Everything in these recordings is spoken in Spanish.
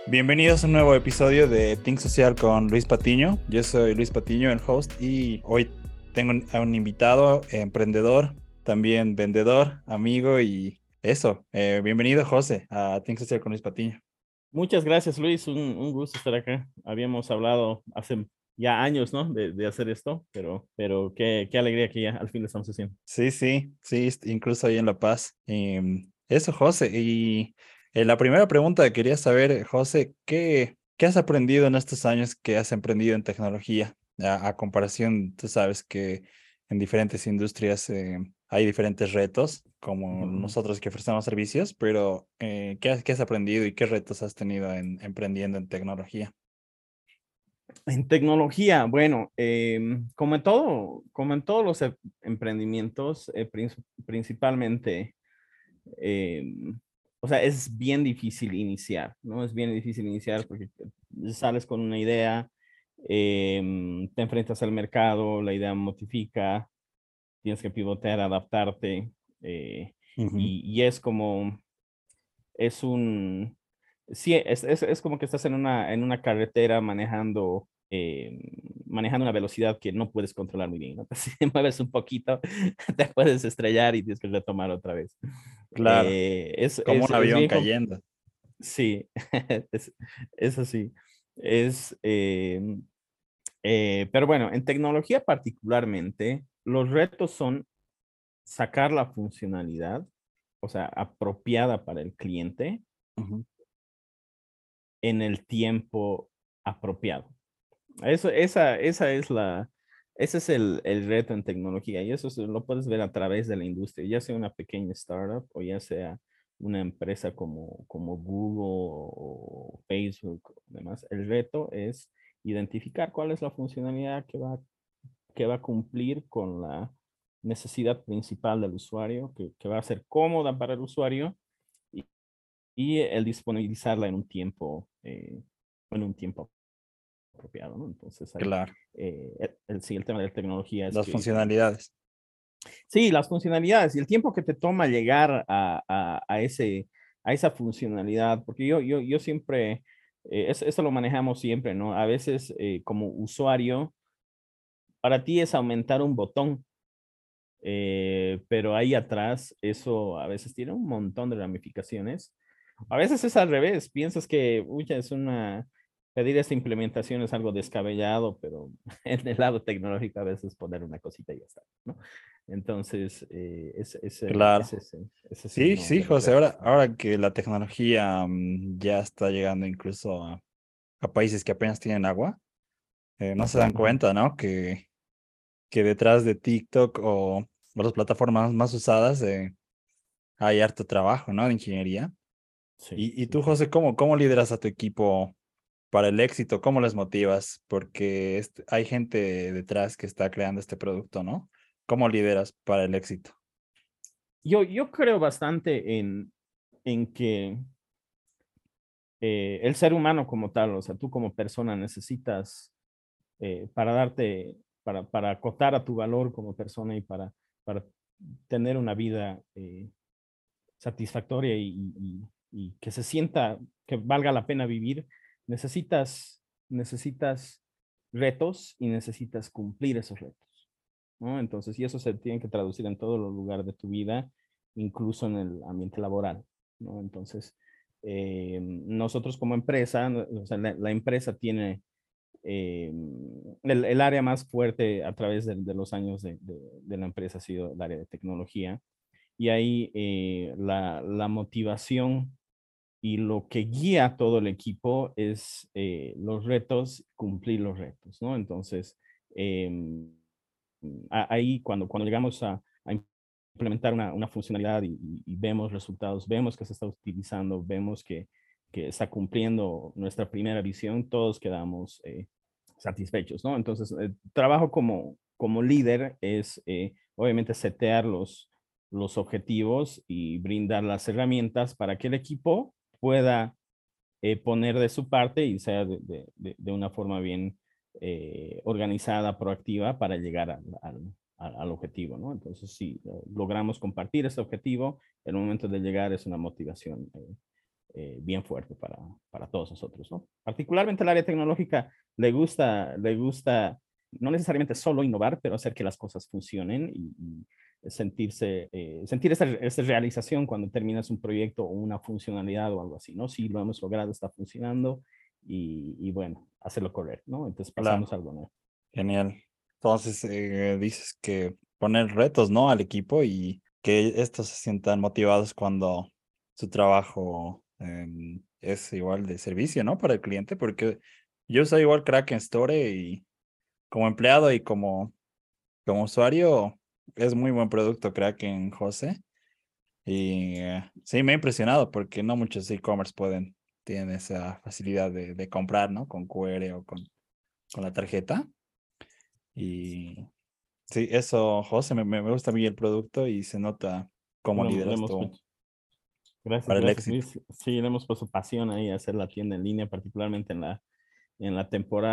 Bienvenidos a un nuevo episodio de Think Social con Luis Patiño. Yo soy Luis Patiño, el host, y hoy tengo a un invitado, emprendedor, también vendedor, amigo y eso. Bienvenido, José, a Think Social con Luis Patiño. Muchas gracias, Luis. Un gusto estar acá. Habíamos hablado hace ya años, ¿no? De hacer esto, pero qué alegría que ya al fin lo estamos haciendo. Sí, incluso ahí en La Paz. Eso, José. Y la primera pregunta que quería saber, José, ¿qué has aprendido en estos años que has emprendido en tecnología? A comparación, tú sabes que en diferentes industrias hay diferentes retos, como Ujú, ujú. nosotros que ofrecemos servicios, pero ¿qué has aprendido y qué retos has tenido en emprendiendo en tecnología? En tecnología, bueno, como en todos los emprendimientos, principalmente, o sea, es bien difícil iniciar, ¿no? Es bien difícil iniciar porque sales con una idea, te enfrentas al mercado, la idea modifica, tienes que pivotear, adaptarte, eh, Ujú. y es como, es un, sí, es como que estás en una carretera manejando una velocidad que no puedes controlar muy bien, ¿no? Si te mueves un poquito, te puedes estrellar y tienes que retomar otra vez. Claro, como un Es avión bien, cayendo. sí, es, es así. Es, pero bueno, en tecnología particularmente, los retos son sacar la funcionalidad, o sea, apropiada para el cliente Ujú. en el tiempo apropiado. Ese es el reto en tecnología y lo puedes ver a través de la industria, ya sea una pequeña startup o ya sea una empresa como Google o Facebook o demás. El reto es identificar cuál es la funcionalidad que va a cumplir con la necesidad principal del usuario, que va a ser cómoda para el usuario y, y el disponibilizarla en un tiempo apropiado, ¿no? Entonces ahí, Claro, sí, el tema de la tecnología es las que funcionalidades. sí, las funcionalidades y el tiempo que te toma llegar a esa funcionalidad, porque yo siempre, eso lo manejamos siempre, ¿no? A veces como usuario, para ti es aumentar un botón, pero ahí atrás eso a veces tiene un montón de ramificaciones. A veces es al revés, piensas que, uy, pedir esta implementación es algo descabellado, pero en el lado tecnológico a veces poner una cosita y ya está, ¿no? Entonces, Claro. ese es Sí, uno sí, de los José, retos también. ahora que la tecnología ya está llegando incluso a países que apenas tienen agua, no se dan Ujú. cuenta, ¿no? Que detrás de TikTok o las plataformas más usadas hay harto trabajo, ¿no? De ingeniería. Sí, Y sí, tú, sí. José, ¿cómo lideras a tu equipo para el éxito? ¿Cómo les motivas? Porque hay gente detrás que está creando este producto, ¿no? ¿Cómo lideras para el éxito? Yo creo bastante en que el ser humano como tal, o sea, tú como persona necesitas para para acotar a tu valor como persona y para tener una vida satisfactoria y que se sienta que valga la pena vivir, necesitas retos y necesitas cumplir esos retos, ¿no? Entonces, y eso se tiene que traducir en todos los lugares de tu vida, incluso en el ambiente laboral, ¿no? Entonces, nosotros como empresa, o sea, la empresa tiene eh, el área más fuerte a través de los años de la empresa ha sido el área de tecnología. Y ahí la motivación y lo que guía a todo el equipo es los retos, cumplir los retos, ¿no? Entonces, em, ahí cuando llegamos a implementar una funcionalidad y vemos resultados, vemos que se está utilizando, vemos que está cumpliendo nuestra primera visión, todos quedamos satisfechos, ¿no? Entonces, el trabajo como líder es obviamente setear los objetivos y brindar las herramientas para que el equipo pueda poner de su parte y sea de una forma bien organizada, proactiva para llegar al objetivo, ¿no? Entonces, si logramos compartir ese objetivo, el momento de llegar es una motivación bien fuerte para todos nosotros, ¿no? Particularmente el área tecnológica le gusta no necesariamente solo innovar, pero hacer que las cosas funcionen y sentir esa realización cuando terminas un proyecto o una funcionalidad o algo así, ¿no? Si lo hemos logrado, está funcionando y bueno, hacerlo correr, ¿no? Entonces Claro, pasamos a algo nuevo. genial. Entonces, dices que poner retos, ¿no? Al equipo y que estos se sientan motivados cuando su trabajo es igual de servicio, ¿no? Para el cliente, porque yo soy igual Kraken Store y como empleado y como usuario es muy buen producto Kraken, José. Y sí, me ha impresionado porque no muchos e-commerce tienen esa facilidad de comprar, ¿no? Con QR o con la tarjeta. Y sí, eso, José, me gusta a mí el producto y se nota cómo Le lideras hemos tú puesto, gracias, para el gracias éxito. Luis. Sí, le hemos puesto pasión ahí a hacer la tienda en línea, particularmente en la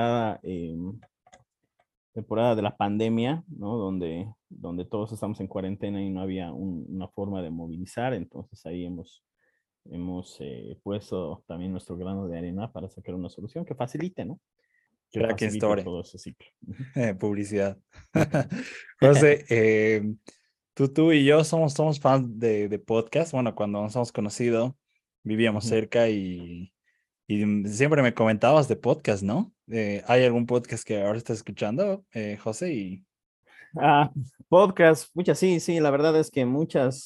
temporada de la pandemia, ¿no? Donde todos estamos en cuarentena y no había una forma de movilizar, entonces ahí hemos puesto también nuestro grano de arena para sacar una solución que facilite, ¿no? Que Kraken facilite Store, todo ese ciclo. Ujú. publicidad. José, tú y yo somos fans de podcast. Bueno, cuando nos hemos conocido, vivíamos Ujú. cerca y siempre me comentabas de podcast, ¿no? ¿Hay algún podcast que ahora estás escuchando, José? Ah, podcast, muchas, sí, sí, la verdad es que muchas,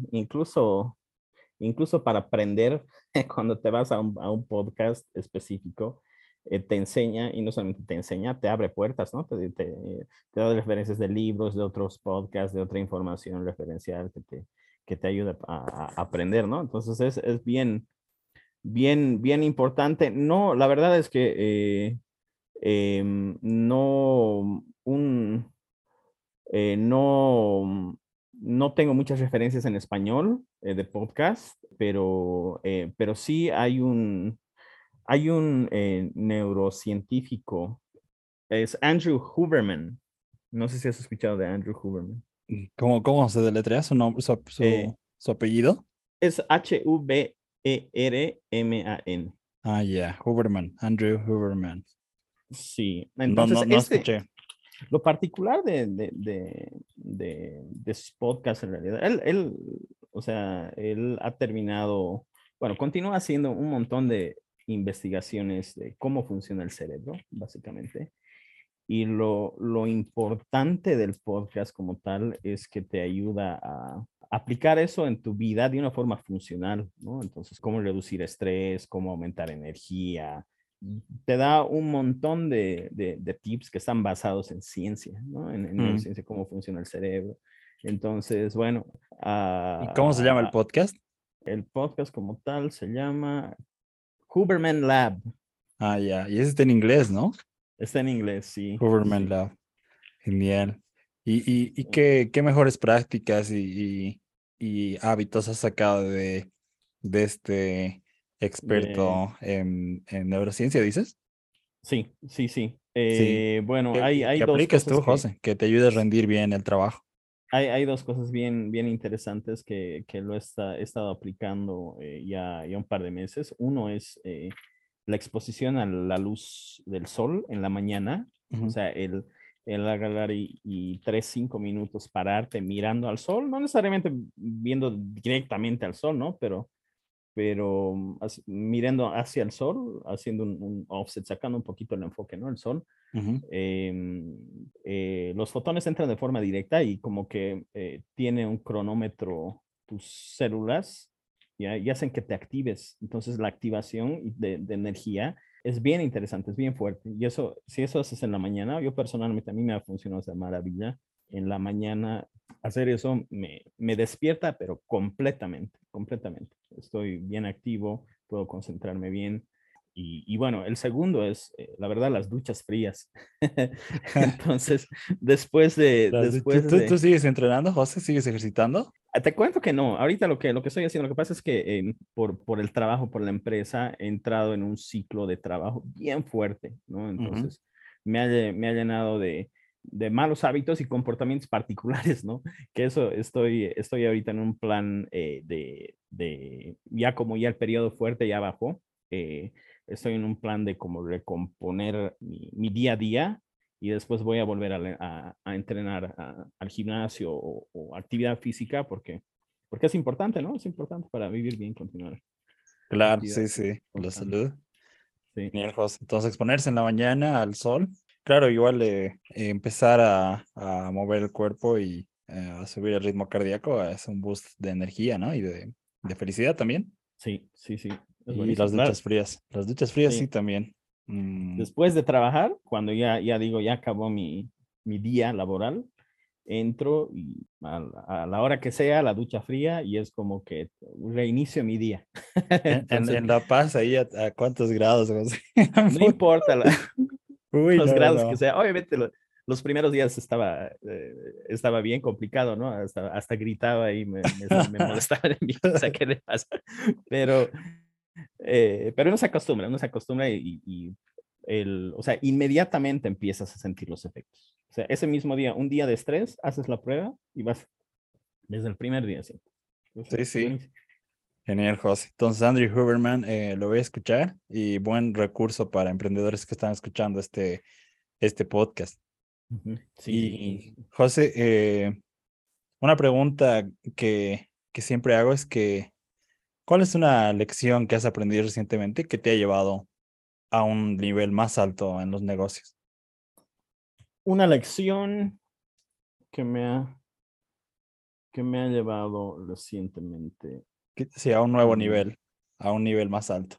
incluso para aprender, cuando te vas a un podcast específico, te enseña, y no solamente te enseña, te abre puertas, ¿no? Te da referencias de libros, de otros podcasts, de otra información referencial que te ayuda a aprender, ¿no? Entonces es bien, bien, bien importante. No, la verdad es que no, no tengo muchas referencias en español de podcast, pero sí hay un neurocientífico, es Andrew Huberman. No sé si has escuchado de Andrew Huberman. ¿Cómo se deletrea su nombre, Eh, su apellido? es Huberman. Ah, ya, Huberman, Andrew Huberman. Sí, No, no, entonces no escuché. lo particular de sus podcasts en realidad, él, o sea, él ha terminado, bueno, continúa haciendo un montón de investigaciones de cómo funciona el cerebro, básicamente. Y lo importante del podcast como tal es que te ayuda a aplicar eso en tu vida de una forma funcional, ¿no? Entonces, cómo reducir estrés, cómo aumentar energía. Te da un montón de tips que están basados en ciencia, ¿no? En Mm. neurociencia, cómo funciona el cerebro. Entonces, bueno, ¿Y cómo se llama el podcast? el podcast como tal se llama Huberman Lab. Ah, ya, y ese está en inglés, ¿no? Está en inglés, sí, Huberman sí. Lab. Genial. ¿Y qué mejores prácticas y hábitos has sacado de este De, experto en neurociencia, dices? Sí, sí, sí. Sí. Bueno, ¿Qué, hay, qué, hay qué dos apliques cosas tú, que, José? Que te ayude a rendir bien el trabajo. hay dos cosas bien, bien interesantes que he estado aplicando ya un par de meses. Uno es la exposición a la luz del sol en la mañana. O Ujú, sea, el agarrar y 3, 5 minutos pararte mirando al sol, no necesariamente viendo directamente al sol, ¿no? Pero mirando hacia el sol, haciendo un offset, sacando un poquito el enfoque, ¿no? El sol. ujú. Los fotones entran de forma directa y como que tiene un cronómetro tus células ¿ya? Y hacen que te actives. Entonces la activación de energía es bien interesante, es bien fuerte. Y eso, si eso haces en la mañana, yo personalmente a mí me ha funcionado de maravilla. En la mañana hacer eso me despierta, pero completamente, completamente. Estoy bien activo, puedo concentrarme bien. Y bueno, el segundo es, la verdad, las duchas frías. Entonces, ¿Tú, después tú, tú de, sigues entrenando, José? ¿Sigues ejercitando? te cuento que no, ahorita lo que estoy haciendo, lo que pasa es que por el trabajo, por la empresa, he entrado en un ciclo de trabajo bien fuerte, ¿no? Ujú. Entonces, me ha llenado de malos hábitos y comportamientos particulares, ¿no? Que eso estoy ahorita en un plan ya como ya el periodo fuerte ya bajó, estoy en un plan de como recomponer mi día a día y después voy a volver a entrenar al gimnasio o actividad física porque es importante, ¿no? Es importante para vivir bien, continuar Claro, actividad sí, sí, la constante. salud. Sí, Genial, José. Entonces, exponerse en la mañana al sol. Claro, igual empezar a mover el cuerpo y a subir el ritmo cardíaco es un boost de energía, ¿no? Y de felicidad también. sí, sí, sí, es Y buenísimo. las duchas frías. Las duchas frías sí Sí. también. Mm, Después de trabajar, cuando ya digo, ya acabó mi día laboral, entro y a la hora que sea, la ducha fría y es como que reinicio mi día. Entonces, en La Paz, ahí a cuántos grados, José. no importa Uy, los no, grados que no. sea. Obviamente los primeros días estaba bien complicado, ¿no? Hasta gritaba y me molestaba en mi casa, ¿qué le pasa? Pero, uno se acostumbra o sea, inmediatamente empiezas a sentir los efectos. O sea, ese mismo día, un día de estrés, haces la prueba y vas desde el primer día, sí. Sí, Entonces, sí. buenísimo. Genial, José. Entonces, Andrew Huberman, lo voy a escuchar y buen recurso para emprendedores que están escuchando este podcast. Ujú. Sí, sí, Y, José, una pregunta que siempre hago es que, ¿cuál es una lección que has aprendido recientemente que te ha llevado a un nivel más alto en los negocios? una lección que que me ha llevado recientemente. Sí, a un nuevo Mm, nivel, a un nivel más alto.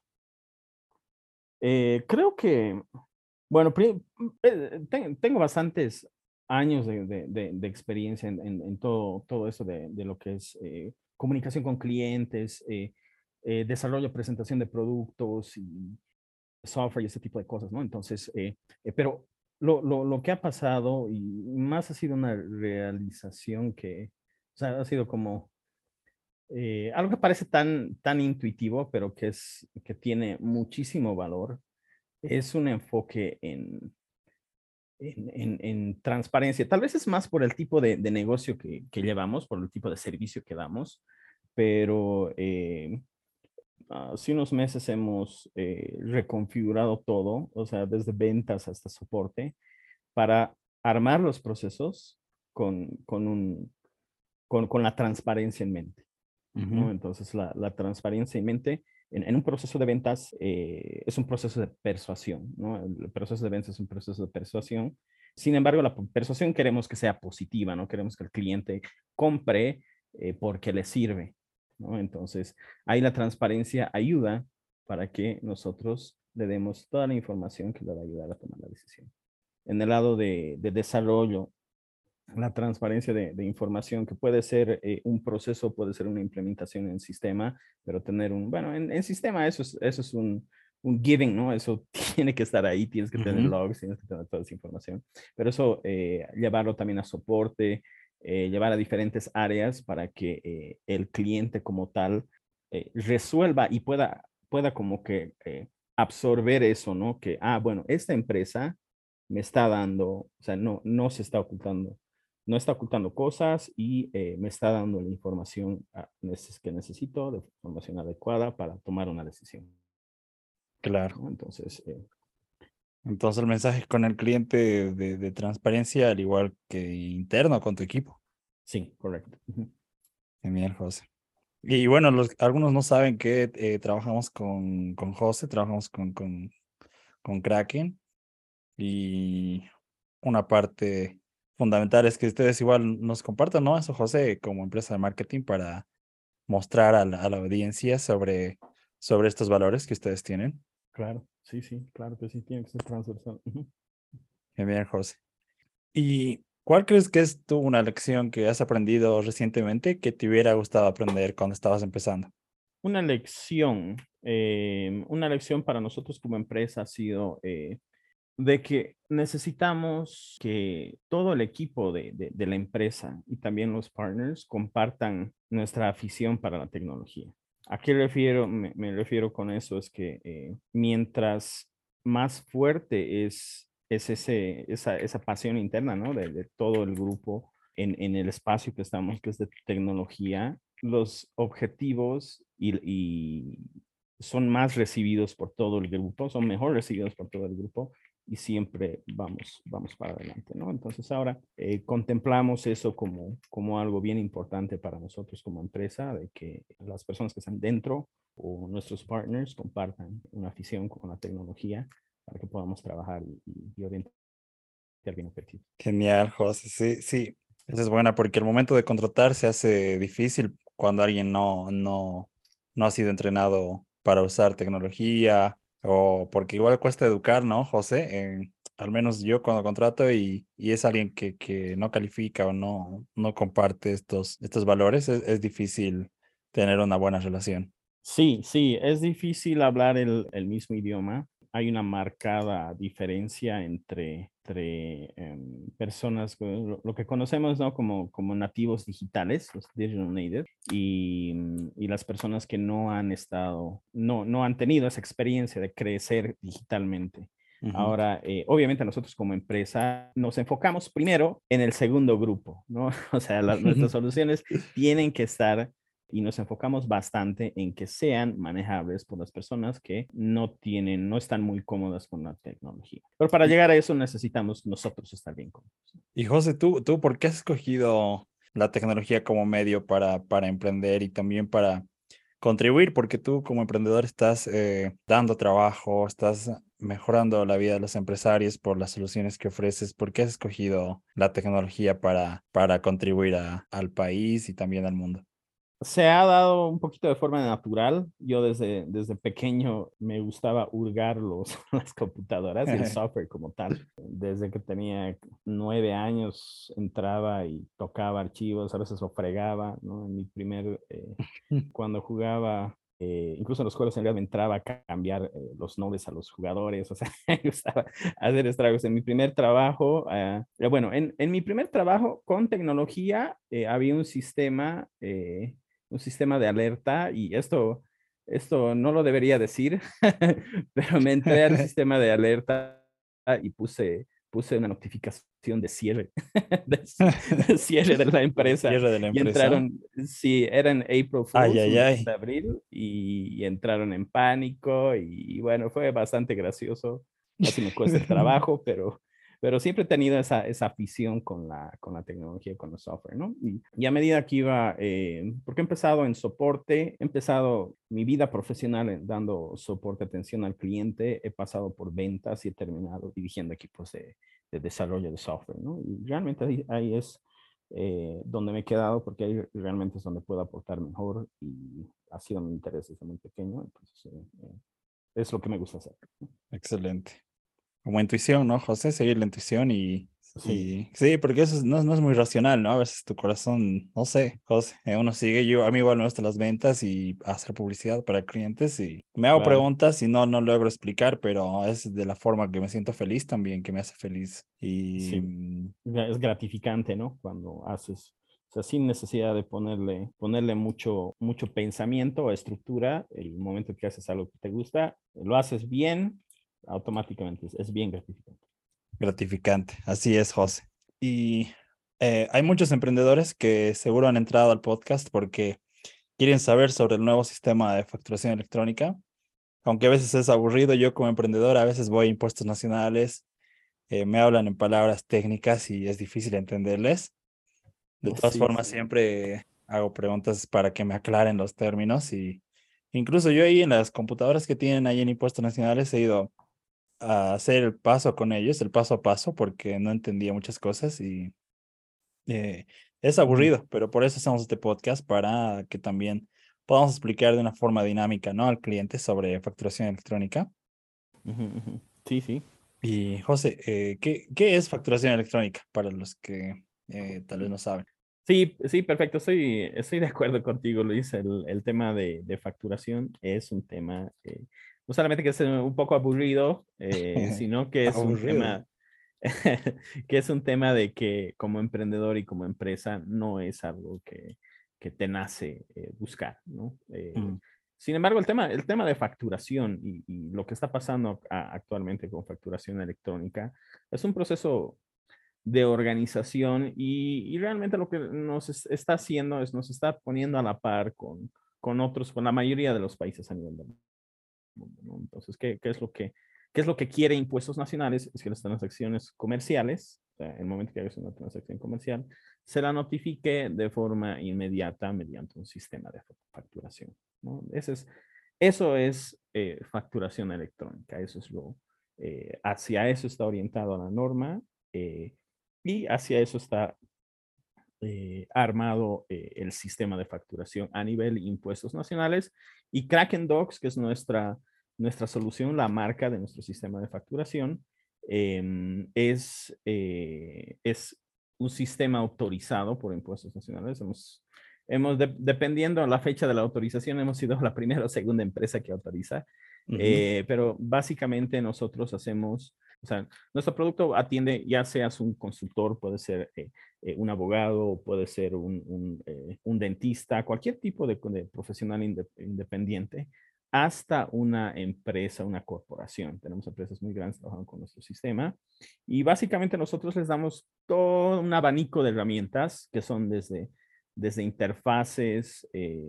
Creo que, bueno, tengo bastantes años de experiencia en todo eso de lo que es comunicación con clientes, desarrollo, presentación de productos y software y ese tipo de cosas, ¿no? Entonces, pero lo que ha pasado y más ha sido una realización o sea, ha sido como algo que parece tan intuitivo, pero que tiene muchísimo valor, es un enfoque en transparencia. Tal vez es más por el tipo de negocio que llevamos, por el tipo de servicio que damos, pero hace unos meses hemos reconfigurado todo, o sea, desde ventas hasta soporte, para armar los procesos con la transparencia en mente, Ujú, ¿no? Entonces, la transparencia en mente en un proceso de ventas es un proceso de persuasión, ¿no? El proceso de ventas es un proceso de persuasión. Sin embargo, la persuasión queremos que sea positiva, ¿no? Queremos que el cliente compre porque le sirve, ¿no? Entonces, ahí la transparencia ayuda para que nosotros le demos toda la información que le va a ayudar a tomar la decisión. En el lado de desarrollo, la transparencia de información, que puede ser un proceso, puede ser una implementación en sistema, pero tener bueno, en sistema eso es un giving, ¿no? Eso tiene que estar ahí, tienes que tener ujú. logs, tienes que tener toda esa información, pero eso llevarlo también a soporte, llevar a diferentes áreas para que el cliente como tal resuelva y pueda como que absorber eso, ¿no? Que, bueno, esta empresa me está dando, o sea, no se está ocultando, no está ocultando cosas y me está dando la información que necesito, de información adecuada para tomar una decisión, Claro. ¿no? Entonces, Entonces el mensaje con el cliente de transparencia, al igual que interno con tu equipo. sí, correcto. Ujú. Genial, José. Y bueno, algunos no saben que trabajamos con José, trabajamos con Kraken y una parte fundamental es que ustedes igual nos compartan, ¿no? Eso, José, como empresa de marketing para mostrar a la audiencia sobre estos valores que ustedes tienen. Claro, sí, sí, claro que sí, tiene que ser transversal. Ujú. Genial, José. ¿Y cuál crees que es tú una lección que has aprendido recientemente que te hubiera gustado aprender cuando estabas empezando? Una lección para nosotros como empresa ha sido de que necesitamos que todo el equipo de la empresa y también los partners compartan nuestra afición para la tecnología. ¿A qué me refiero con eso? Es que mientras más fuerte es esa pasión interna, ¿no? De todo el grupo en el espacio que estamos, que es de tecnología. Los objetivos y son más recibidos por todo el grupo, son mejor recibidos por todo el grupo y siempre vamos para adelante, ¿no? Entonces ahora contemplamos eso como algo bien importante para nosotros como empresa, de que las personas que están dentro o nuestros partners compartan una afición con la tecnología para que podamos trabajar y orientar bien objetivo. Genial, José. Sí, sí. Esa es buena porque el momento de contratar se hace difícil cuando alguien no ha sido entrenado para usar tecnología o porque igual cuesta educar, ¿no, José? Al menos yo cuando contrato y es alguien que no califica o no comparte estos valores, es difícil tener una buena relación. Sí, sí, es difícil hablar el mismo idioma. Hay una marcada diferencia entre personas, lo que conocemos, ¿no? Como nativos digitales, los digital natives, y las personas que no han estado, no han tenido esa experiencia de crecer digitalmente. Ujú. Ahora, obviamente nosotros como empresa nos enfocamos primero en el segundo grupo, ¿no? O sea, nuestras soluciones tienen que estar y nos enfocamos bastante en que sean manejables por las personas que no están muy cómodas con la tecnología. Pero para Y, llegar a eso necesitamos nosotros estar bien cómodos. y José, ¿tú por qué has escogido la tecnología como medio para emprender y también para contribuir? Porque tú como emprendedor estás dando trabajo, estás mejorando la vida de los empresarios por las soluciones que ofreces. ¿Por qué has escogido la tecnología para contribuir al país y también al mundo? Se ha dado un poquito de forma natural. Yo desde pequeño me gustaba hurgar las computadoras y el software como tal. Desde que tenía 9 años entraba y tocaba archivos, a veces lo fregaba, ¿no? En mi primer, cuando jugaba, incluso en los juegos en realidad me entraba a cambiar los nombres a los jugadores, o sea, me gustaba hacer estragos. En mi primer trabajo, bueno, en mi primer trabajo con tecnología había un sistema de alerta y esto no lo debería decir, pero me entré al sistema de alerta y puse una notificación de cierre, de cierre de la El empresa cierre de la y empresa. entraron, sí, eran April Ay, Fools, ay, un 2 ay. de abril, y entraron en pánico y bueno, fue bastante gracioso. Casi me cuesta el trabajo, pero siempre he tenido esa afición con la tecnología, con el software, ¿no? Y a medida que iba, porque he empezado en soporte, he empezado mi vida profesional dando soporte, atención al cliente, he pasado por ventas y he terminado dirigiendo equipos de desarrollo de software, ¿no? Y realmente ahí es donde me he quedado porque ahí realmente es donde puedo aportar mejor y ha sido mi interés desde muy pequeño, entonces es lo que me gusta hacer. Excelente. Como intuición, ¿no, José? Seguir la intuición Sí, y sí, porque eso no es muy racional, ¿no? A veces tu corazón, no sé, José, uno sigue, a mí igual me gustan las ventas y hacer publicidad para clientes y me hago claro. preguntas y no logro explicar, pero es de la forma que me siento feliz también, que me hace feliz. Y Sí, es gratificante, ¿no? Cuando haces, o sea, sin necesidad de ponerle mucho pensamiento o estructura, el momento que haces algo que te gusta, lo haces bien, automáticamente es bien gratificante. gratificante, así es, José. Y hay muchos emprendedores que seguro han entrado al podcast porque quieren saber sobre el nuevo sistema de facturación electrónica. Aunque a veces es aburrido, yo como emprendedor a veces voy a impuestos nacionales, me hablan en palabras técnicas y es difícil entenderles. De todas Sí, formas, siempre hago preguntas para que me aclaren los términos y incluso yo ahí en las computadoras que tienen ahí en impuestos nacionales he ido a hacer el paso con ellos, el paso a paso, porque no entendía muchas cosas y eh, es ujú, aburrido, pero por eso hacemos este podcast para que también podamos explicar de una forma dinámica, ¿no? Al cliente sobre facturación electrónica. ujú, ujú. Sí, sí. Y José, ¿qué es facturación electrónica para los que tal vez no saben? Sí, sí, perfecto. Estoy de acuerdo contigo, Luis. El tema de facturación es un tema no solamente que es un poco aburrido, sino que es un Aburrido. tema que es un tema de que como emprendedor y como empresa no es algo que te nace buscar, ¿no? Mm. Sin embargo, el tema de facturación y lo que está pasando actualmente con facturación electrónica es un proceso de organización y realmente lo que está haciendo es nos está poniendo a la par con otros, con la mayoría de los países a nivel del mundo, ¿no? Entonces, ¿qué es lo que quiere Impuestos Nacionales? Es que las transacciones comerciales, o sea, en el momento que hagas una transacción comercial, se la notifique de forma inmediata mediante un sistema de facturación, ¿no? Eso es facturación electrónica, eso es hacia eso está orientado la norma eh, y hacia eso está armado el sistema de facturación a nivel impuestos nacionales y Kraken Docs, que es nuestra solución, la marca de nuestro sistema de facturación, es un sistema autorizado por impuestos nacionales. Dependiendo de la fecha de la autorización, hemos sido la primera o segunda empresa que autoriza, Ujú. pero básicamente nosotros hacemos, o sea, nuestro producto atiende, ya seas un consultor, puede ser un abogado, puede ser un dentista, cualquier tipo de profesional independiente, hasta una empresa, una corporación. Tenemos empresas muy grandes trabajando con nuestro sistema y básicamente nosotros les damos todo un abanico de herramientas que son desde interfaces,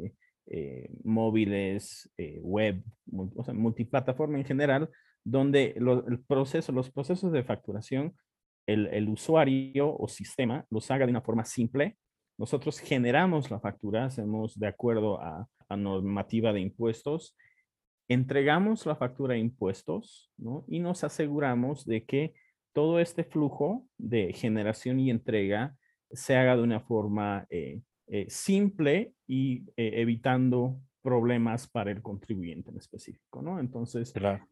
móviles, web, o sea, multiplataforma en general, donde los procesos de facturación el usuario o sistema los haga de una forma simple. Nosotros generamos la factura, hacemos de acuerdo a normativa de impuestos, entregamos la factura de impuestos, ¿no? Y nos aseguramos de que todo este flujo de generación y entrega se haga de una forma simple y evitando problemas para el contribuyente en específico, ¿no? Entonces, Claro.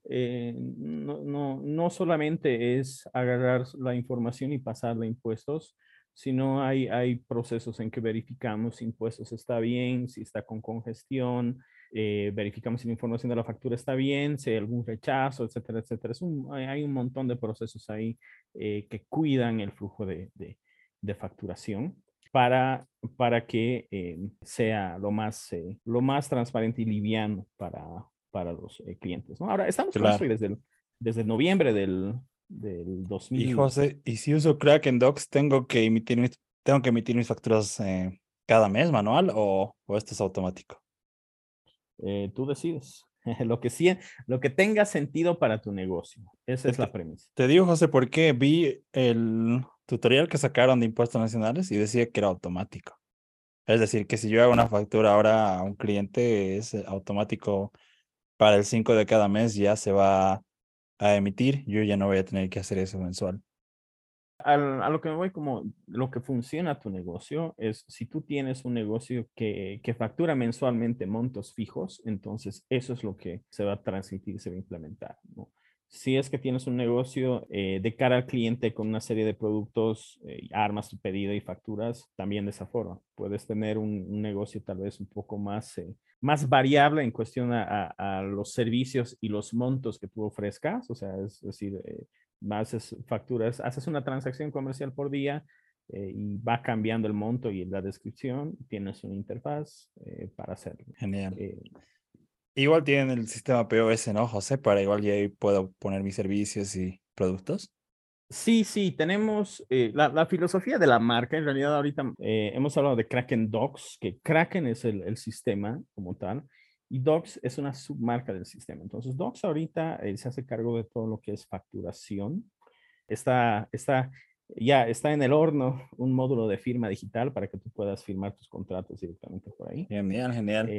no solamente es agarrar la información y pasarla a impuestos, sino hay procesos en que verificamos si impuestos está bien, si está con congestión, verificamos si la información de la factura está bien, si hay algún rechazo, etcétera, etcétera. Hay un montón de procesos ahí que cuidan el flujo de facturación para, para que sea lo más transparente y liviano para los clientes, ¿no? Ahora, estamos con esto Claro. desde noviembre del Y 2000. José, ¿y si uso Kraken Docs, tengo que emitir mis facturas cada mes manual o esto es automático? Tú decides. Lo que tenga sentido para tu negocio. Esa Es es la que premisa. te digo, José, porque vi el tutorial que sacaron de impuestos nacionales y decía que era automático. Es decir, que si yo hago una factura ahora a un cliente, es automático para el 5 de cada mes ya se va a emitir. Yo ya no voy a tener que hacer eso mensual. A lo que me voy como lo que funciona tu negocio es si tú tienes un negocio que factura mensualmente montos fijos, entonces eso es lo que se va a transmitir, se va a implementar, ¿no? Si es que tienes un negocio de cara al cliente con una serie de productos, armas tu pedido y facturas, también de esa forma. Puedes tener un negocio tal vez un poco más variable en cuestión a los servicios y los montos que tú ofrezcas, o sea, es decir, haces facturas, haces una transacción comercial por día y va cambiando el monto y la descripción, tienes una interfaz para hacerlo. Genial. Eh, Igual tienen el sistema POS, ¿no, José? Para igual ya ahí puedo poner mis servicios y productos. sí, sí, tenemos la filosofía de la marca, en realidad ahorita hemos hablado de Kraken Docs, que Kraken es el sistema como tal, y Docs es una submarca del sistema. Entonces, Docs ahorita se hace cargo de todo lo que es facturación. Ya está en el horno un módulo de firma digital para que tú puedas firmar tus contratos directamente por ahí. Genial, genial.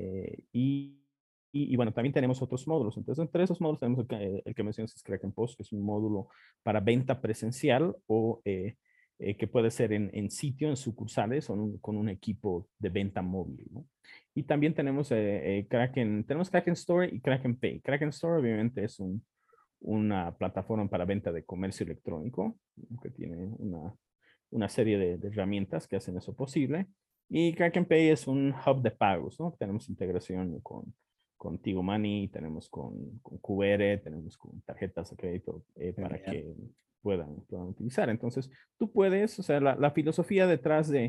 Y bueno, también tenemos otros módulos. Entonces, entre esos módulos tenemos el que mencionas, es Kraken Post, que es un módulo para venta presencial o que puede ser en sitio, en sucursales o con un equipo de venta móvil, ¿no? Y también tenemos Kraken Store y Kraken Pay. Kraken Store obviamente es una plataforma para venta de comercio electrónico, que tiene una serie de herramientas que hacen eso posible. Y Kraken Pay es un hub de pagos, ¿no? Tenemos integración con Tigo Money, tenemos con QR, tenemos con tarjetas de crédito para Genial. que puedan utilizar. Entonces, tú puedes, o sea, la filosofía detrás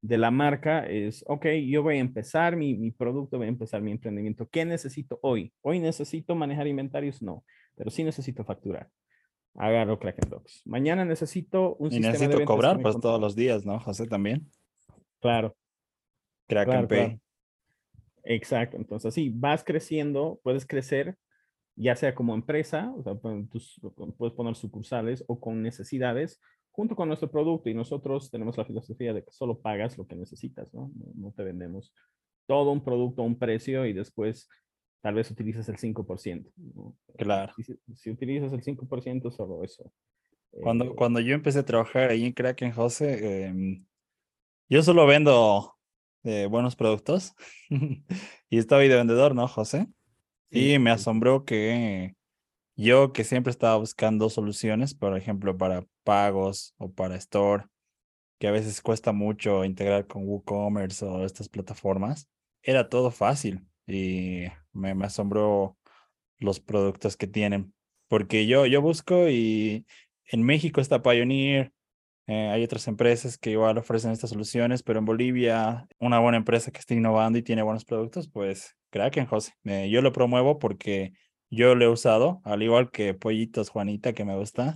de la marca es, ok, yo voy a empezar mi producto, voy a empezar mi emprendimiento. ¿Qué necesito hoy? Hoy necesito manejar inventarios, no, pero sí necesito facturar. Agarro Kraken Docs. Mañana necesito un Y sistema de necesito ventas que cobrar me pues todos controle. los días, ¿no, José? También. Claro, Kraken claro, Pay. claro. Exacto. Entonces, así vas creciendo, puedes crecer, ya sea como empresa, o sea, puedes poner sucursales o con necesidades junto con nuestro producto. Y nosotros tenemos la filosofía de que solo pagas lo que necesitas, ¿no? No te vendemos todo un producto a un precio y después tal vez utilizas el 5%, ¿no? Claro. Si utilizas el 5%, solo eso. Eh, Cuando yo empecé a trabajar ahí en Kraken, José, yo solo vendo buenos productos y estaba ahí de vendedor, ¿no, José? sí, Y me sí, sí. asombró que yo, que siempre estaba buscando soluciones, por ejemplo, para pagos o para store, que a veces cuesta mucho integrar con WooCommerce o estas plataformas, era todo fácil y me asombró los productos que tienen. Porque yo busco y en México está Pioneer, hay otras empresas que igual ofrecen estas soluciones, pero en Bolivia, una buena empresa que está innovando y tiene buenos productos, pues Kraken, José. Yo lo promuevo porque yo lo he usado, al igual que Pollitos Juanita, que me gusta.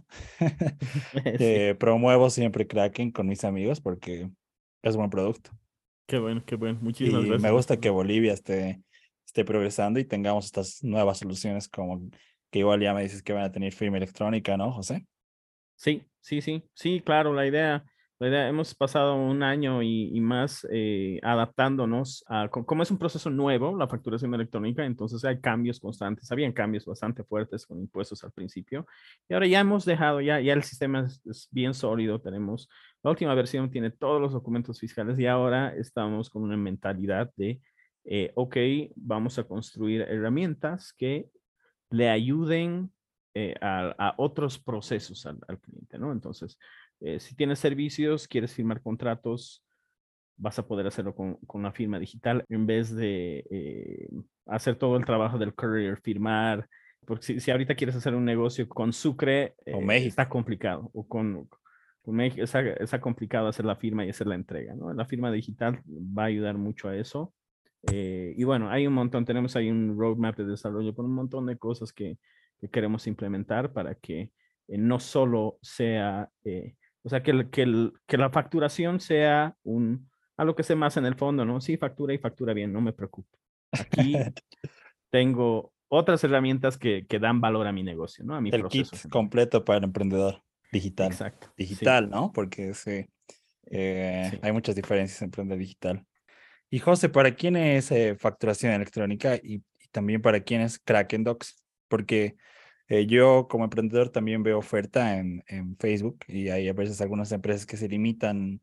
Sí, Promuevo siempre Kraken con mis amigos porque es buen producto. qué bueno, qué bueno. Muchísimas Y me gracias. gusta que Bolivia esté progresando y tengamos estas nuevas soluciones como que igual ya me dices que van a tener firma electrónica, ¿no, José? Sí, sí, sí, sí, claro, hemos pasado un año y más adaptándonos a, como es un proceso nuevo, la facturación electrónica, entonces hay cambios constantes, habían cambios bastante fuertes con impuestos al principio, y ahora ya hemos dejado, ya el sistema es bien sólido, tenemos, la última versión tiene todos los documentos fiscales y ahora estamos con una mentalidad de, ok, vamos a construir herramientas que le ayuden a otros procesos al cliente, ¿no? Entonces, si tienes servicios, quieres firmar contratos, vas a poder hacerlo con una firma digital en vez de hacer todo el trabajo del courier, firmar, porque si ahorita quieres hacer un negocio con Sucre, O está México. complicado, o con México, está complicado hacer la firma y hacer la entrega, ¿no? La firma digital va a ayudar mucho a eso. Y bueno, hay un montón, tenemos ahí un roadmap de desarrollo con un montón de cosas que queremos implementar para que no solo sea, o sea, que la facturación sea algo que esté más en el fondo, ¿no? Sí, factura y factura bien, no me preocupo. Aquí tengo otras herramientas que dan valor a mi negocio, ¿no? A mi El kit proceso general. completo para el emprendedor digital. Exacto, sí, Digital, ¿no? Porque sí, sí. hay muchas diferencias en emprender digital. Y José, ¿para quién es facturación electrónica y también para quién es Kraken Docs? Porque yo como emprendedor también veo oferta en Facebook y hay a veces algunas empresas que se limitan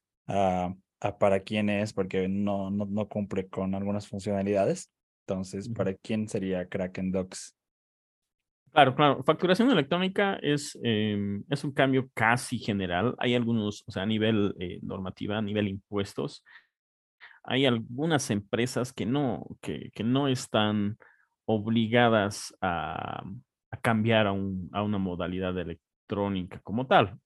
a para quién es porque no cumple con algunas funcionalidades. Entonces, Ujú. ¿para quién sería Kraken Docs? Claro, claro. Facturación electrónica es un cambio casi general. Hay algunos, o sea, a nivel normativa, a nivel impuestos, hay algunas empresas que no están obligadas a cambiar a una modalidad electrónica como tal,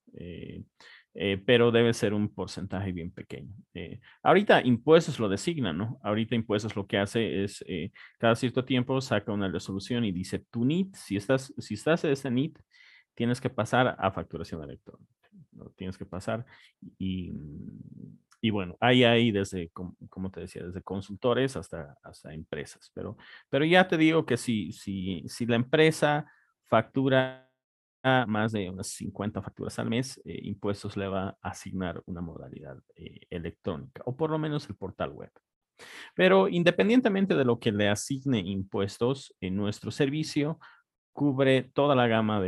pero debe ser un porcentaje bien pequeño. Ahorita impuestos lo designan, ¿no? Ahorita impuestos lo que hace es, cada cierto tiempo saca una resolución y dice, tu NIT, si estás en ese NIT, tienes que pasar a facturación electrónica, ¿no? Tienes que pasar y, y bueno, hay ahí desde, como te decía, desde consultores hasta empresas. Pero ya te digo que si la empresa factura más de unas 50 facturas al mes, impuestos le va a asignar una modalidad electrónica o por lo menos el portal web. Pero independientemente de lo que le asigne impuestos, en nuestro servicio cubre toda la gama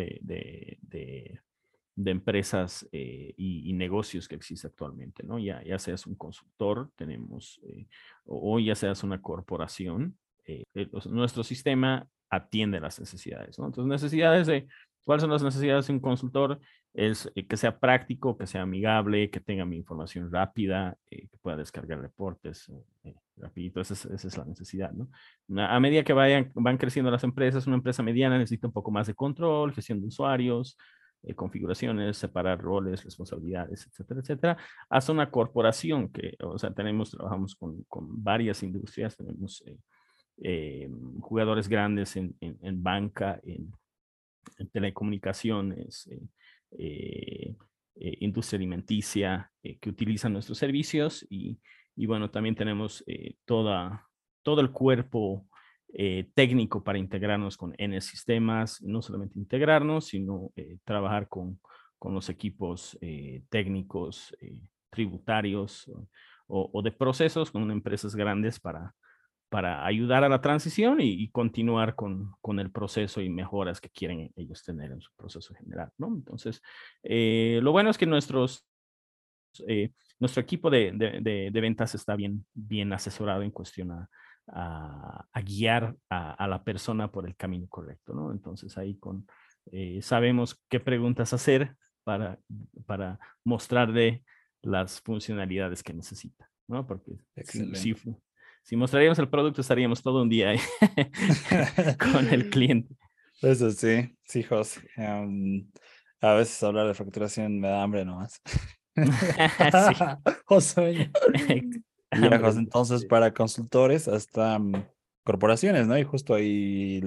de empresas y negocios que existe actualmente, ¿no? Ya seas un consultor, tenemos, o ya seas una corporación, nuestro sistema atiende las necesidades, ¿no? Entonces, ¿cuáles son las necesidades de un consultor? Es que sea práctico, que sea amigable, que tenga mi información rápida, que pueda descargar reportes rapidito, esa es la necesidad, ¿no? A medida que van creciendo las empresas, una empresa mediana necesita un poco más de control, gestión de usuarios, configuraciones, separar roles, responsabilidades, etcétera, etcétera, hasta una corporación que, o sea, trabajamos con varias industrias, tenemos jugadores grandes en banca, en telecomunicaciones, eh, industria alimenticia, que utilizan nuestros servicios y bueno, también tenemos todo el cuerpo técnico para integrarnos con N sistemas, no solamente integrarnos, sino trabajar con los equipos técnicos, tributarios o de procesos con empresas grandes para ayudar a la transición y continuar con el proceso y mejoras que quieren ellos tener en su proceso general, ¿no? Entonces, lo bueno es que nuestro equipo de ventas está bien asesorado en cuestión a guiar a la persona por el camino correcto, ¿no? Entonces, ahí sabemos qué preguntas hacer para, para mostrarle las funcionalidades que necesita, ¿no? Porque Excelente. si mostraríamos el producto, estaríamos todo un día ahí con el cliente. Eso sí, sí, José. A veces hablar de facturación me da hambre nomás. Sí. José. Ya, Hambre. José, entonces para consultores hasta corporaciones, ¿no? Y justo ahí,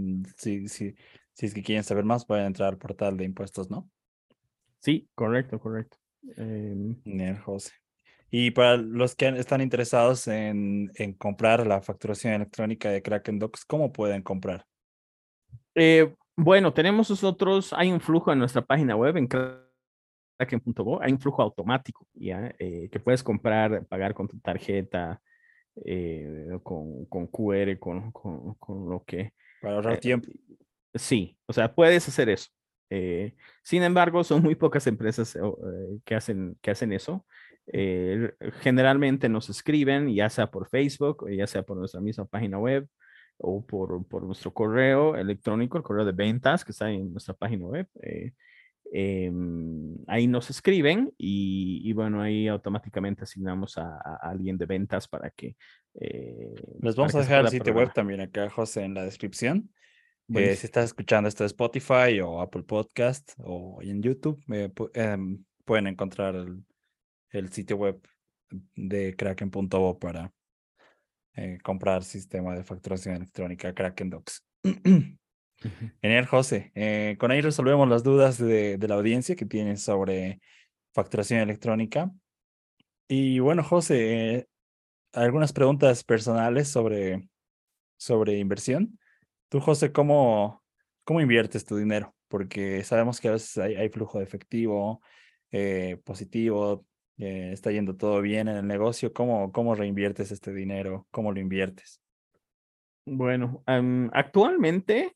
si es que quieren saber más, pueden entrar al portal de impuestos, ¿no? Sí, correcto, correcto. Em, Bien, José. Y para los que están interesados en comprar la facturación electrónica de Kraken Docs, ¿cómo pueden comprar? bueno, tenemos nosotros, hay un flujo en nuestra página web en kraken.go, hay un flujo automático, ¿ya? Que puedes comprar, pagar con tu tarjeta, con QR, con lo que... Para ahorrar eh, tiempo. sí, o sea, puedes hacer eso. Sin embargo, son muy pocas empresas que hacen eso. Generalmente nos escriben, ya sea por Facebook, o ya sea por nuestra misma página web, o por nuestro correo electrónico, el correo de ventas que está en nuestra página web. Ahí nos escriben y bueno, ahí automáticamente asignamos a alguien de ventas eh, Les para vamos a que se dejar el pueda sitio web programar. también acá, José, en la descripción. Si Buenísimo. estás escuchando esto de Spotify o Apple Podcast o en YouTube, pueden encontrar el sitio web de kraken.bo para comprar sistema de facturación electrónica Kraken Docs. Ujú. Genial, José. Con ahí resolvemos las dudas de la audiencia que tienen sobre facturación electrónica. Y bueno, José, algunas preguntas personales sobre inversión. Tú, José, ¿cómo inviertes tu dinero? Porque sabemos que a veces hay flujo de efectivo positivo, está yendo todo bien en el negocio. ¿Cómo reinviertes este dinero? ¿Cómo lo inviertes? Bueno, actualmente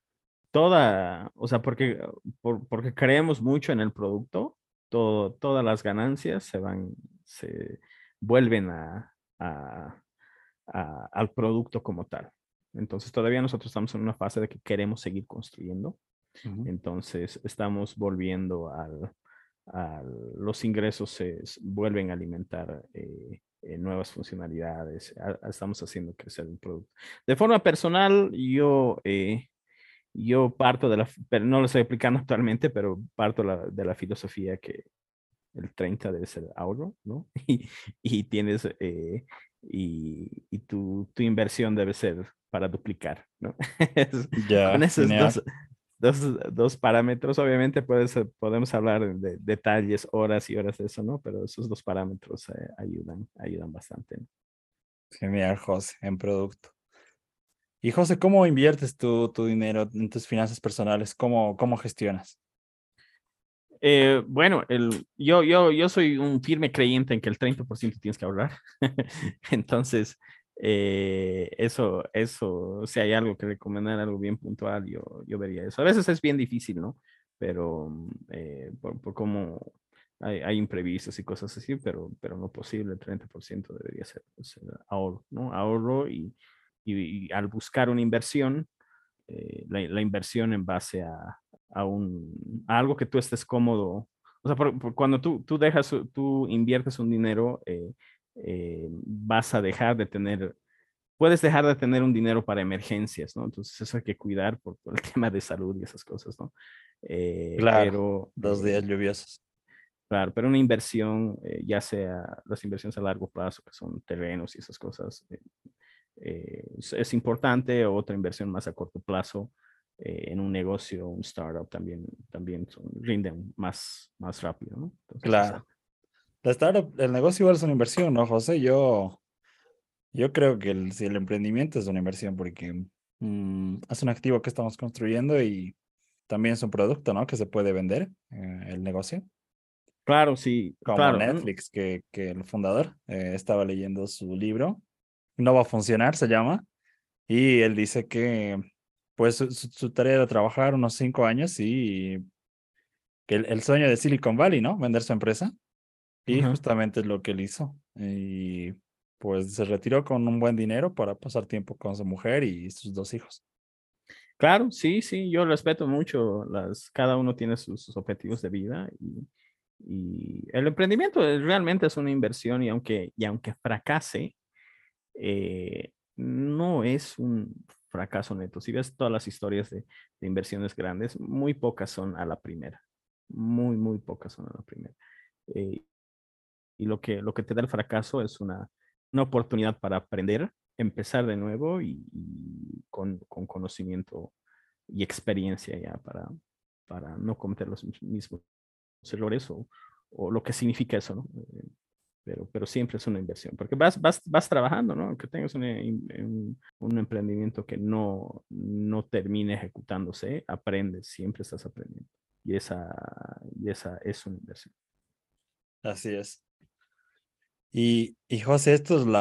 o sea, porque creemos mucho en el producto, todas las ganancias se vuelven a- al producto como tal. Entonces, todavía nosotros estamos en una fase de que queremos seguir construyendo. Ujú. Entonces, estamos volviendo los ingresos se vuelven a alimentar nuevas funcionalidades. Estamos haciendo crecer el producto. De forma personal, yo parto pero no lo estoy aplicando actualmente, pero parto de la filosofía que el 30 debe ser ahorro, ¿no? Y tienes, y tu inversión debe ser para duplicar, ¿no? Ya, Con esos genial. dos parámetros, obviamente podemos hablar de detalles, horas y horas de eso, ¿no? Pero esos dos parámetros ayudan bastante, ¿no? Genial, José, en producto. Y José, ¿cómo inviertes tu dinero en tus finanzas personales? ¿Cómo gestionas? Bueno, yo soy un firme creyente en que el 30% tienes que ahorrar. Entonces, si hay algo que recomendar, algo bien puntual, yo vería eso. A veces es bien difícil, ¿no? Pero por cómo hay imprevistos y cosas así, pero no posible, el 30% debería ser ahorro, ¿no? Ahorro y al buscar una inversión, la inversión en base a algo que tú estés cómodo. O sea, cuando tú inviertes un dinero, vas a dejar de tener, puedes dejar de tener un dinero para emergencias, ¿no? Entonces eso hay que cuidar por el tema de salud y esas cosas, ¿no? Claro, Pero, 2 días lluviosos. claro, pero una inversión, ya sea las inversiones a largo plazo, que son terrenos y esas cosas, es importante. Otra inversión más a corto plazo en un negocio, un startup, también rinden más rápido, ¿no? Entonces, Claro. La startup, el negocio igual es una inversión, ¿no, José? Yo creo que si el emprendimiento es una inversión porque es un activo que estamos construyendo y también es un producto, ¿no? Que se puede vender, el negocio. claro, sí, Como claro. Netflix, que el fundador estaba leyendo su libro. No va a funcionar, se llama. Y él dice que pues su tarea era trabajar unos 5 años y que el sueño de Silicon Valley, ¿no? Vender su empresa. Y Ajá. justamente es lo que él hizo. Y pues se retiró con un buen dinero para pasar tiempo con su mujer y sus 2 hijos. Claro, sí, sí, yo respeto mucho cada uno tiene sus objetivos de vida y el emprendimiento realmente es una inversión y aunque fracase, no es un fracaso neto. Si ves todas las historias de inversiones grandes, muy pocas son a la primera, muy pocas son a la primera. Eh, y lo que te da el fracaso es una oportunidad para aprender, empezar de nuevo y con conocimiento y experiencia ya para no cometer los mismos errores o lo que significa eso, ¿no? Pero siempre es una inversión, porque vas trabajando, ¿no? Aunque tengas un emprendimiento que no termine ejecutándose, aprendes, siempre estás aprendiendo. Y esa es una inversión. Así es. Y José, esto es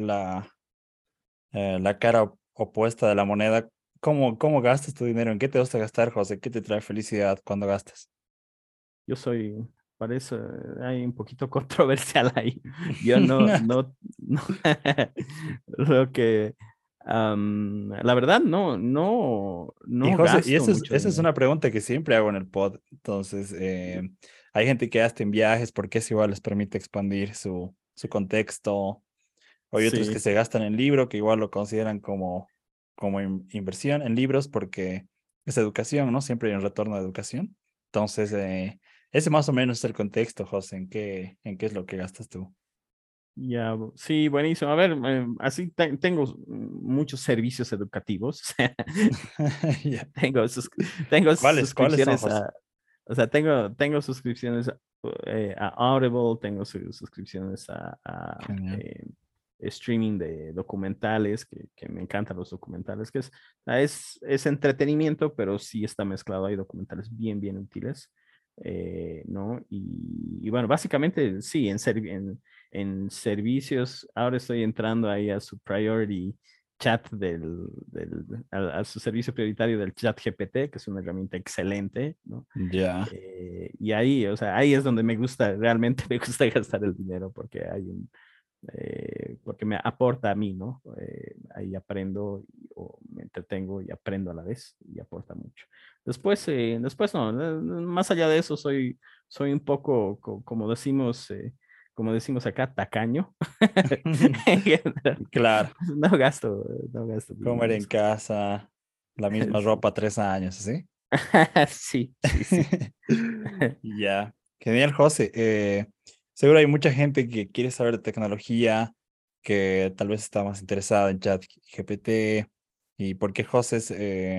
la cara opuesta de la moneda. ¿Cómo gastas tu dinero? ¿En qué te gusta gastar, José? ¿Qué te trae felicidad cuando gastas? Yo para eso hay un poquito controversial ahí. Yo no, lo que, la verdad, Y no José, y gasto mucho esa es dinero. una pregunta que siempre hago en el pod. Entonces, hay gente que gasta en viajes porque eso igual les permite expandir su contexto. O hay otros que Sí, se gastan en libro, que igual lo consideran como inversión en libros porque es educación, ¿no? Siempre hay un retorno de educación. Entonces, ese más o menos es el contexto, José, en qué es lo que gastas tú. ya, sí, buenísimo. A ver, así tengo muchos servicios educativos. Ya. Tengo, tengo ¿Cuáles son, suscripciones José? o sea, tengo suscripciones a Audible, tengo suscripciones a Genial. streaming de documentales, que me encantan los documentales, es entretenimiento, pero sí está mezclado. Hay documentales bien útiles, ¿no? Y bueno, básicamente sí, en servicios, ahora estoy entrando ahí a su priority chat a su servicio prioritario del chat GPT, que es una herramienta excelente, ¿no? Ya. Y ahí, o sea, ahí es donde realmente me gusta gastar el dinero porque porque me aporta a mí, ¿no? Ahí aprendo o me entretengo y aprendo a la vez y aporta mucho. Después no, más allá de eso soy un poco, como decimos acá, tacaño. Claro. No gasto dinero Comer en en esas cosas. casa, la misma Sí, ropa 3 años, ¿sí? sí, sí, sí. Ya, genial, José. Seguro hay mucha gente que quiere saber de tecnología, que tal vez está más interesada en chat GPT y porque José es,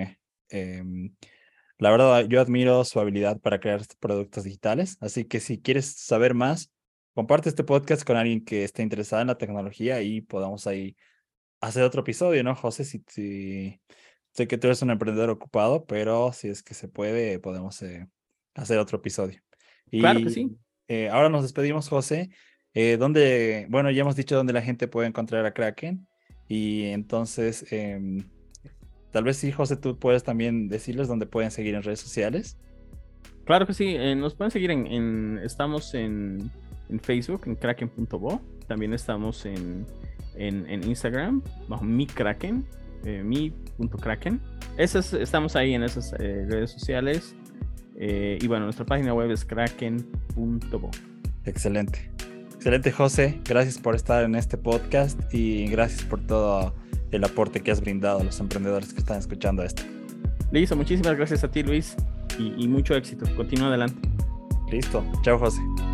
la verdad, yo admiro su habilidad para crear productos digitales, así que si quieres saber más, comparte este podcast con alguien que esté interesado en la tecnología y podamos ahí hacer otro episodio, ¿no, José? Si sé que tú eres un emprendedor ocupado, pero si es que se puede, podemos hacer otro episodio. Claro que Y sí. ahora nos despedimos, José. Bueno, ya hemos dicho dónde la gente puede encontrar a Kraken. Y entonces, tal vez sí, José, tú puedes también decirles dónde pueden seguir en redes sociales. Claro que sí, nos pueden seguir estamos en Facebook, en kraken.bo. También estamos en Instagram, bajo mi Kraken, mi.kraken. Estamos ahí en esas redes sociales. Y bueno, nuestra página web es kraken.bo. Excelente. Excelente, José. Gracias por estar en este podcast y gracias por todo el aporte que has brindado a los emprendedores que están escuchando esto. Listo, muchísimas gracias a ti, Luis, y mucho éxito. Continúa adelante. Listo. Chao, José.